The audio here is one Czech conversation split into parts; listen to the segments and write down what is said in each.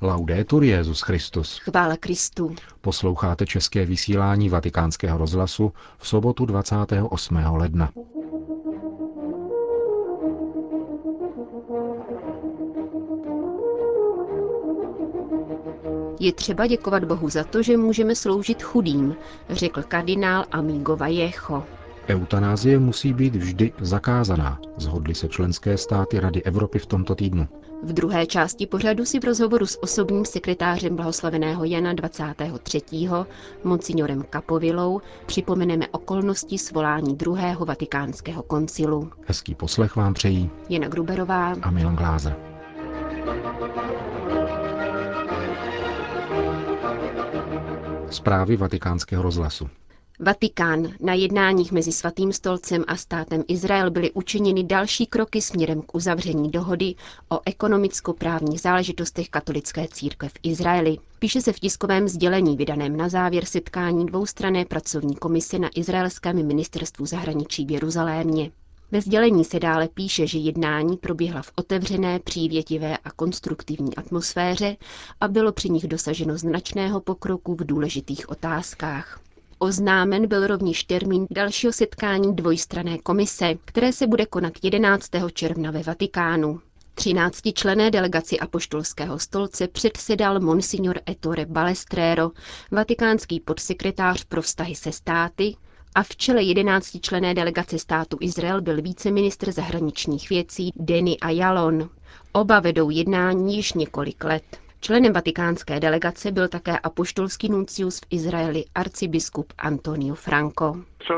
Laudetur Jesus Christus. Chvála Kristu. Posloucháte české vysílání Vatikánského rozhlasu v sobotu 28. ledna. Je třeba děkovat Bohu za to, že můžeme sloužit chudým, řekl kardinál Amigo Vallejo. Eutanázie musí být vždy zakázaná, shodly se členské státy Rady Evropy v tomto týdnu. V druhé části pořadu si v rozhovoru s osobním sekretářem blahoslaveného Jana 23. monsignorem Capovilou připomeneme okolnosti svolání druhého vatikánského koncilu. Hezký poslech vám přejí Jana Gruberová a Milan Glázer. Zprávy Vatikánského rozhlasu. Vatikán. Na jednáních mezi Svatým stolcem a státem Izrael byly učiněny další kroky směrem k uzavření dohody o ekonomicko-právních záležitostech katolické církve v Izraeli. Píše se v tiskovém sdělení vydaném na závěr setkání dvoustranné pracovní komise na izraelském ministerstvu zahraničí v Jeruzalémě. Ve sdělení se dále píše, že jednání proběhla v otevřené, přívětivé a konstruktivní atmosféře a bylo při nich dosaženo značného pokroku v důležitých otázkách. Oznámen byl rovněž termín dalšího setkání dvojstranné komise, které se bude konat 11. června ve Vatikánu. 13členné delegaci Apoštolského stolce předsedal monsignor Ettore Balestrero, vatikánský podsekretář pro vztahy se státy, a v čele 11členné delegace státu Izrael byl viceministr zahraničních věcí Denny Ayalon. Oba vedou jednání již několik let. Členem vatikánské delegace byl také apoštolský nuncius v Izraeli arcibiskup Antonio Franco.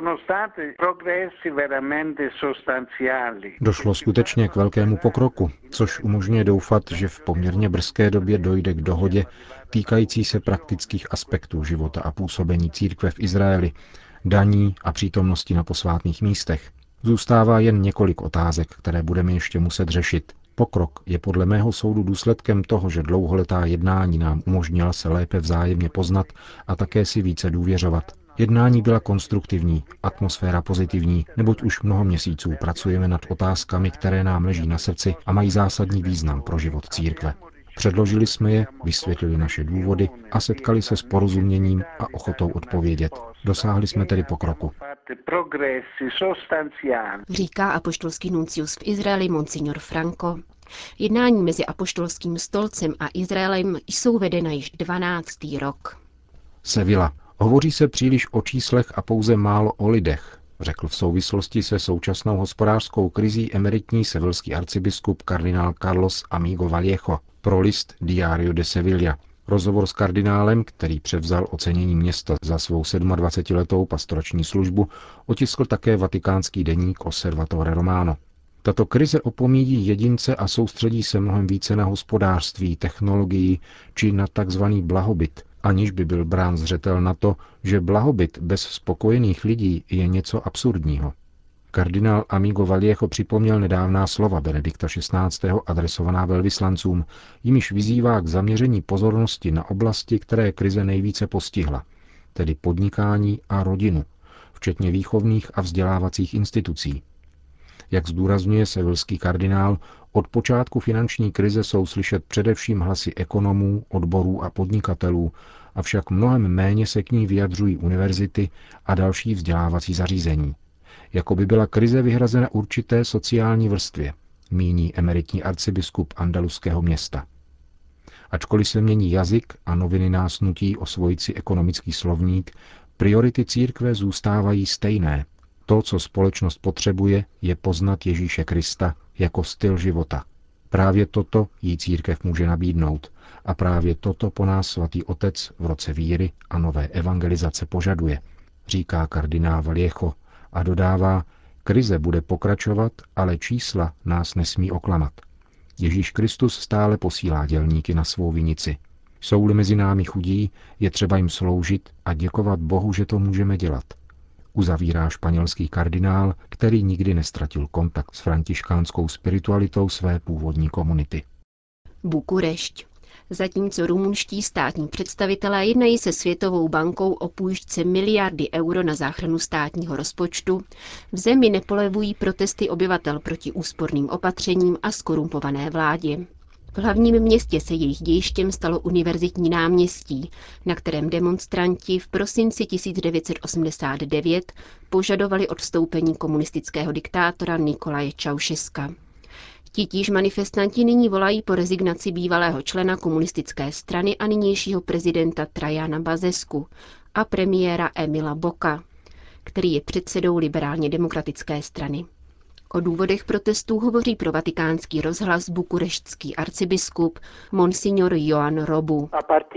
Došlo skutečně k velkému pokroku, což umožňuje doufat, že v poměrně brzké době dojde k dohodě týkající se praktických aspektů života a působení církve v Izraeli, daní a přítomnosti na posvátných místech. Zůstává jen několik otázek, které budeme ještě muset řešit. Pokrok je podle mého soudu důsledkem toho, že dlouholetá jednání nám umožnila se lépe vzájemně poznat a také si více důvěřovat. Jednání byla konstruktivní, atmosféra pozitivní, neboť už mnoho měsíců pracujeme nad otázkami, které nám leží na srdci a mají zásadní význam pro život církve. Předložili jsme je, vysvětlili naše důvody a setkali se s porozuměním a ochotou odpovědět. Dosáhli jsme tedy pokroku. Říká apoštolský nuncius v Izraeli monsignor Franco. Jednání mezi apoštolským stolcem a Izraelem jsou vedena již 12. rok. Sevilla. Hovoří se příliš o číslech a pouze málo o lidech, řekl v souvislosti se současnou hospodářskou krizí emeritní sevilský arcibiskup kardinál Carlos Amigo Vallejo pro list Diario de Sevilla. Rozhovor s kardinálem, který převzal ocenění města za svou 27letou pastorační službu, otiskl také vatikánský deník Osservatore Romano. Tato krize opomíjí jedince a soustředí se mnohem více na hospodářství, technologii či na tzv. Blahobyt, aniž by byl brán zřetel na to, že blahobyt bez spokojených lidí je něco absurdního. Kardinál Amigo Vallejo připomněl nedávná slova Benedikta XVI. Adresovaná velvyslancům, jimiž vyzývá k zaměření pozornosti na oblasti, které krize nejvíce postihla, tedy podnikání a rodinu, včetně výchovných a vzdělávacích institucí. Jak zdůrazňuje sevilský kardinál, od počátku finanční krize jsou slyšet především hlasy ekonomů, odborů a podnikatelů, avšak mnohem méně se k ní vyjadřují univerzity a další vzdělávací zařízení. Jako by byla krize vyhrazena určité sociální vrstvě, míní emeritní arcibiskup andaluského města. Ačkoliv se mění jazyk a noviny nás nutí osvojit si ekonomický slovník, priority církve zůstávají stejné. To, co společnost potřebuje, je poznat Ježíše Krista jako styl života. Právě toto jí církev může nabídnout a právě toto po nás svatý otec v roce víry a nové evangelizace požaduje, říká kardinál Vallejo a dodává, krize bude pokračovat, ale čísla nás nesmí oklamat. Ježíš Kristus stále posílá dělníky na svou vinici. Jsou-li mezi námi chudí, je třeba jim sloužit a děkovat Bohu, že to můžeme dělat. Uzavírá španělský kardinál, který nikdy nestratil kontakt s františkánskou spiritualitou své původní komunity. Bukurešť. Zatímco rumunští státní představitelé jednají se Světovou bankou o půjčce miliardy euro na záchranu státního rozpočtu, v zemi nepolevují protesty obyvatel proti úsporným opatřením a skorumpované vládě. V hlavním městě se jejich dějištěm stalo Univerzitní náměstí, na kterém demonstranti v prosinci 1989 požadovali odstoupení komunistického diktátora Nikolaje Čaušeska. Titíž manifestanti nyní volají po rezignaci bývalého člena komunistické strany a nynějšího prezidenta Trajana Bazescu a premiéra Emila Boka, který je předsedou liberálně demokratické strany. O důvodech protestů hovoří pro Vatikánský rozhlas bukureštský arcibiskup Monsignor Ioan Robu.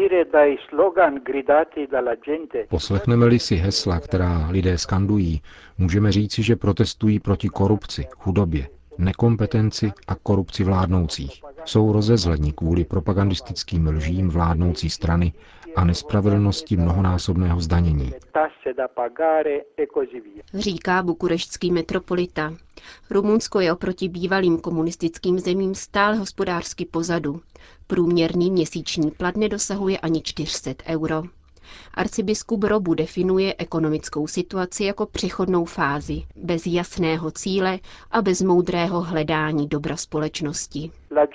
Poslechneme-li si hesla, která lidé skandují, můžeme říci, že protestují proti korupci, chudobě, nekompetenci a korupci vládnoucích. Jsou rozezleni kvůli propagandistickým lžím vládnoucí strany a nespravedlnosti mnohonásobného zdanění. Říká bukureštský metropolita. Rumunsko je oproti bývalým komunistickým zemím stále hospodářsky pozadu. Průměrný měsíční plat nedosahuje ani 400 euro. Arcibiskup Robu definuje ekonomickou situaci jako přechodnou fázi, bez jasného cíle a bez moudrého hledání dobra společnosti.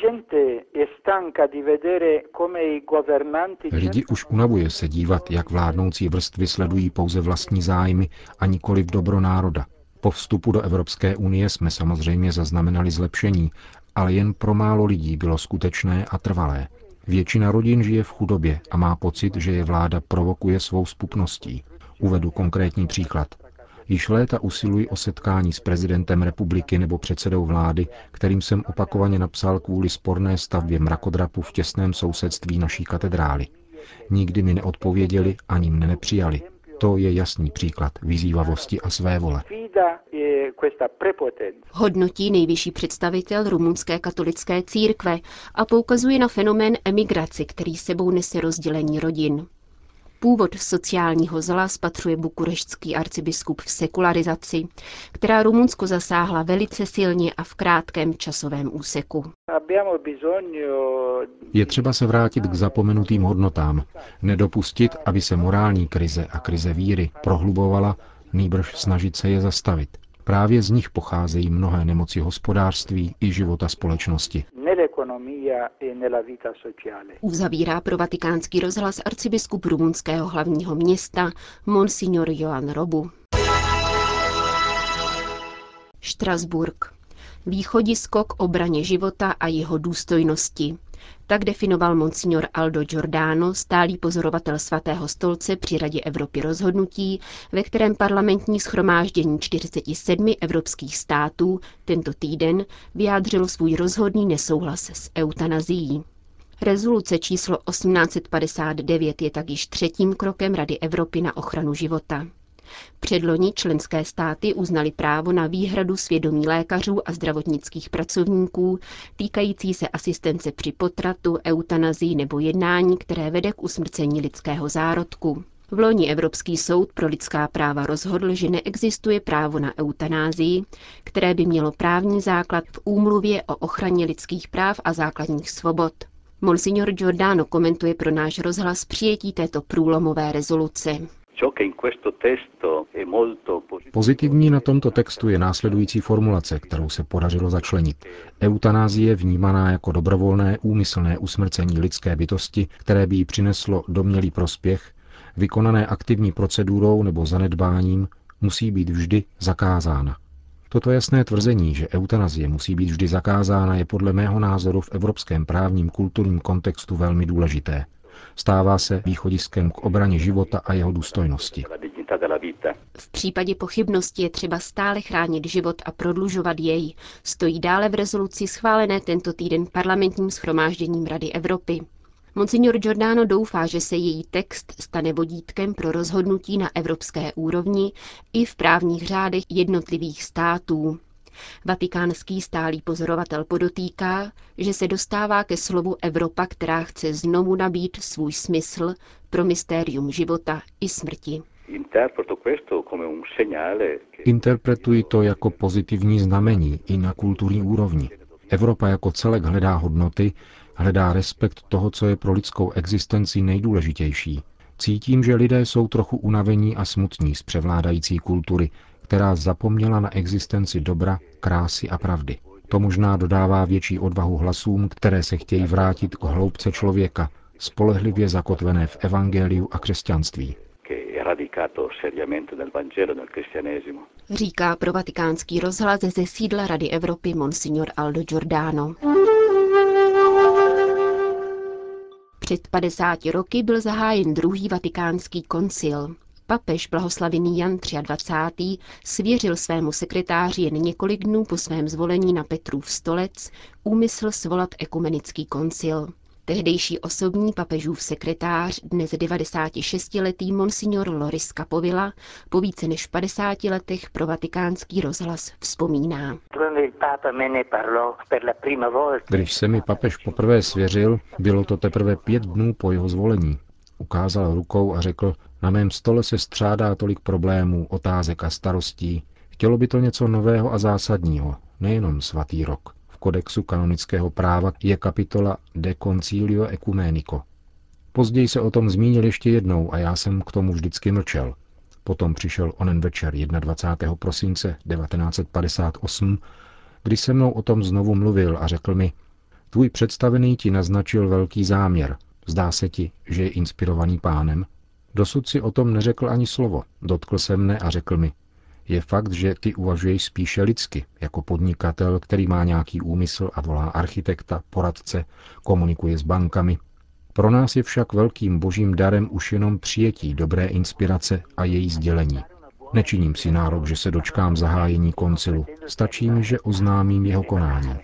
Lidi už unavuje se dívat, jak vládnoucí vrstvy sledují pouze vlastní zájmy a nikoli v dobro národa. Po vstupu do Evropské unie jsme samozřejmě zaznamenali zlepšení, ale jen pro málo lidí bylo skutečné a trvalé. Většina rodin žije v chudobě a má pocit, že je vláda provokuje svou zpupností. Uvedu konkrétní příklad. Již léta usiluji o setkání s prezidentem republiky nebo předsedou vlády, kterým jsem opakovaně napsal kvůli sporné stavbě mrakodrapu v těsném sousedství naší katedrály. Nikdy mi neodpověděli ani mne nepřijali. To je jasný příklad vyzývavosti a svévole. Hodnotí nejvyšší představitel rumunské katolické církve a poukazuje na fenomén emigrace, který sebou nese rozdělení rodin. Původ sociálního zla spatřuje bukureštský arcibiskup v sekularizaci, která Rumunsko zasáhla velice silně a v krátkém časovém úseku. Je třeba se vrátit k zapomenutým hodnotám, nedopustit, aby se morální krize a krize víry prohlubovala, nýbrž snažit se je zastavit. Právě z nich pocházejí mnohé nemoci hospodářství i života společnosti. Uzavírá pro Vatikánský rozhlas arcibiskup rumunského hlavního města Monsignor Ioan Robu. Štrasburk. Východisko k obraně života a jeho důstojnosti. Tak definoval monsignor Aldo Giordano, stálý pozorovatel Svatého stolce při Radě Evropy rozhodnutí, ve kterém parlamentní shromáždění 47 evropských států tento týden vyjádřilo svůj rozhodný nesouhlas s eutanazií. Rezoluce číslo 1859 je tak již třetím krokem Rady Evropy na ochranu života. Předloni členské státy uznaly právo na výhradu svědomí lékařů a zdravotnických pracovníků týkající se asistence při potratu, eutanazii nebo jednání, které vede k usmrcení lidského zárodku. Vloni Evropský soud pro lidská práva rozhodl, že neexistuje právo na eutanázii, které by mělo právní základ v Úmluvě o ochraně lidských práv a základních svobod. Monsignor Giordano komentuje pro náš rozhlas přijetí této průlomové rezoluce. Pozitivní na tomto textu je následující formulace, kterou se podařilo začlenit. Eutanázie vnímaná jako dobrovolné úmyslné usmrcení lidské bytosti, které by jí přineslo domnělý prospěch, vykonané aktivní procedurou nebo zanedbáním, musí být vždy zakázána. Toto jasné tvrzení, že eutanazie musí být vždy zakázána, je podle mého názoru v evropském právním kulturním kontextu velmi důležité. Stává se východiskem k obraně života a jeho důstojnosti. V případě pochybnosti je třeba stále chránit život a prodlužovat jej, stojí dále v rezoluci schválené tento týden parlamentním shromážděním Rady Evropy. Monsignor Giordano doufá, že se její text stane vodítkem pro rozhodnutí na evropské úrovni i v právních řádech jednotlivých států. Vatikánský stálý pozorovatel podotýká, že se dostává ke slovu Evropa, která chce znovu nabít svůj smysl pro mystérium života i smrti. Interpretuji to jako pozitivní znamení i na kulturní úrovni. Evropa jako celek hledá hodnoty, hledá respekt toho, co je pro lidskou existenci nejdůležitější. Cítím, že lidé jsou trochu unavení a smutní z převládající kultury, která zapomněla na existenci dobra, krásy a pravdy. To možná dodává větší odvahu hlasům, které se chtějí vrátit k hloubce člověka, spolehlivě zakotvené v evangeliu a křesťanství. Říká pro Vatikánský rozhlas ze sídla Rady Evropy monsignor Aldo Giordano. Před 50 roky byl zahájen druhý vatikánský koncil. Papež blahoslavený Jan 23. svěřil svému sekretáři jen několik dnů po svém zvolení na Petrův stolec úmysl svolat ekumenický koncil. Tehdejší osobní papežův sekretář, dnes 96letý monsignor Loris Capovilla, po více než 50 letech pro Vatikánský rozhlas vzpomíná. Když se mi papež poprvé svěřil, bylo to teprve 5 dnů po jeho zvolení. Ukázal rukou a řekl, na mém stole se střádá tolik problémů, otázek a starostí. Chtělo by to něco nového a zásadního, nejenom svatý rok. V kodexu kanonického práva je kapitola De Concilio Ecumenico. Později se o tom zmínil ještě jednou a já jsem k tomu vždycky mlčel. Potom přišel onen večer 21. prosince 1958, kdy se mnou o tom znovu mluvil a řekl mi, tvůj představený ti naznačil velký záměr. Zdá se ti, že je inspirovaný Pánem? Dosud si o tom neřekl ani slovo. Dotkl se mne a řekl mi, je fakt, že ty uvažuješ spíše lidsky, jako podnikatel, který má nějaký úmysl a volá architekta, poradce, komunikuje s bankami. Pro nás je však velkým božím darem už jenom přijetí dobré inspirace a její sdělení. Nečiním si nárok, že se dočkám zahájení koncilu. Stačí mi, že oznámím jeho konání.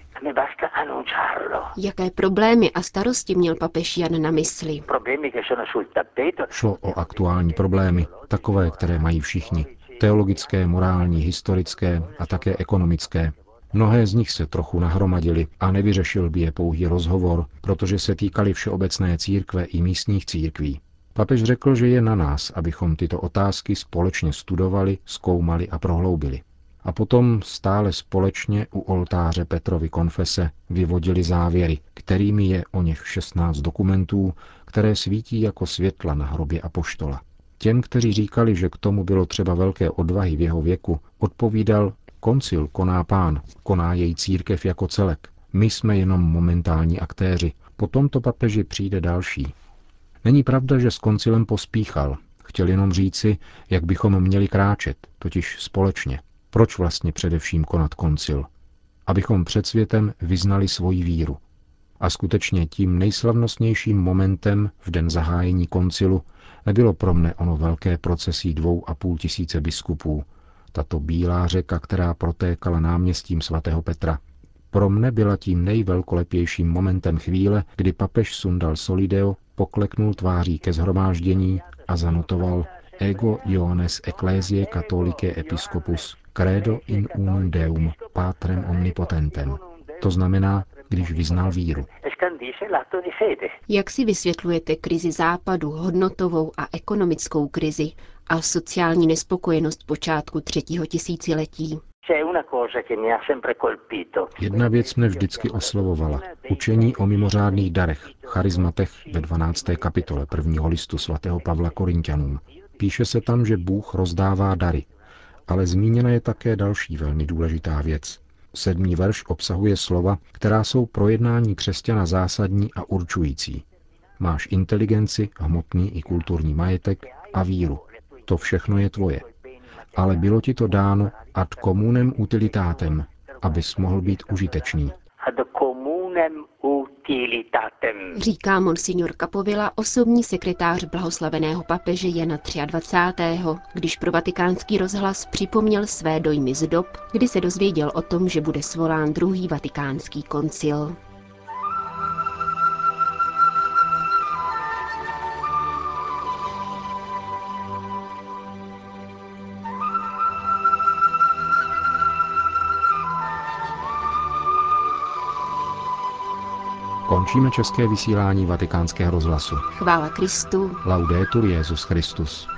Jaké problémy a starosti měl papež Jan na mysli? Šlo o aktuální problémy, takové, které mají všichni. Teologické, morální, historické a také ekonomické. Mnohé z nich se trochu nahromadily a nevyřešil by je pouhý rozhovor, protože se týkaly všeobecné církve i místních církví. Papež řekl, že je na nás, abychom tyto otázky společně studovali, zkoumali a prohloubili. A potom stále společně u oltáře Petrovy konfese vyvodili závěry, kterými je o něch 16 dokumentů, které svítí jako světla na hrobě apoštola. Těm, kteří říkali, že k tomu bylo třeba velké odvahy v jeho věku, odpovídal, koncil koná Pán, koná jej církev jako celek. My jsme jenom momentální aktéři, po tomto papeži přijde další. Není pravda, že s koncilem pospíchal. Chtěl jenom říci, jak bychom měli kráčet, totiž společně. Proč vlastně především konat koncil? Abychom před světem vyznali svoji víru. A skutečně tím nejslavnostnějším momentem v den zahájení koncilu nebylo pro mne ono velké procesí 2,5 tisíce biskupů, tato bílá řeka, která protékala náměstím svatého Petra. Pro mne byla tím nejvelkolepějším momentem chvíle, kdy papež sundal solideo, pokleknul tváří ke shromáždění a zanotoval Ego Ioannes Ecclesiae Catholicae Episcopus, credo in unum Deum, Patrem omnipotentem. To znamená, když vyznal víru. Jak si vysvětlujete krizi Západu, hodnotovou a ekonomickou krizi a sociální nespokojenost počátku 3. tisíciletí? Jedna věc mne vždycky oslovovala. Učení o mimořádných darech, charizmatech ve 12. kapitole 1. listu svatého Pavla Korinťanům. Píše se tam, že Bůh rozdává dary. Ale zmíněna je také další velmi důležitá věc. 7. verš obsahuje slova, která jsou pro jednání křesťana zásadní a určující. Máš inteligenci, hmotný i kulturní majetek a víru. To všechno je tvoje. Ale bylo ti to dáno ad communem utilitatem, abys mohl být užitečný. Říká monsignor Capovilla, osobní sekretář blahoslaveného papeže Jana 23., když pro Vatikánský rozhlas připomněl své dojmy z dob, kdy se dozvěděl o tom, že bude svolán druhý Vatikánský koncil. Končíme české vysílání Vatikánského rozhlasu. Chvála Kristu. Laudetur Jesus Christus.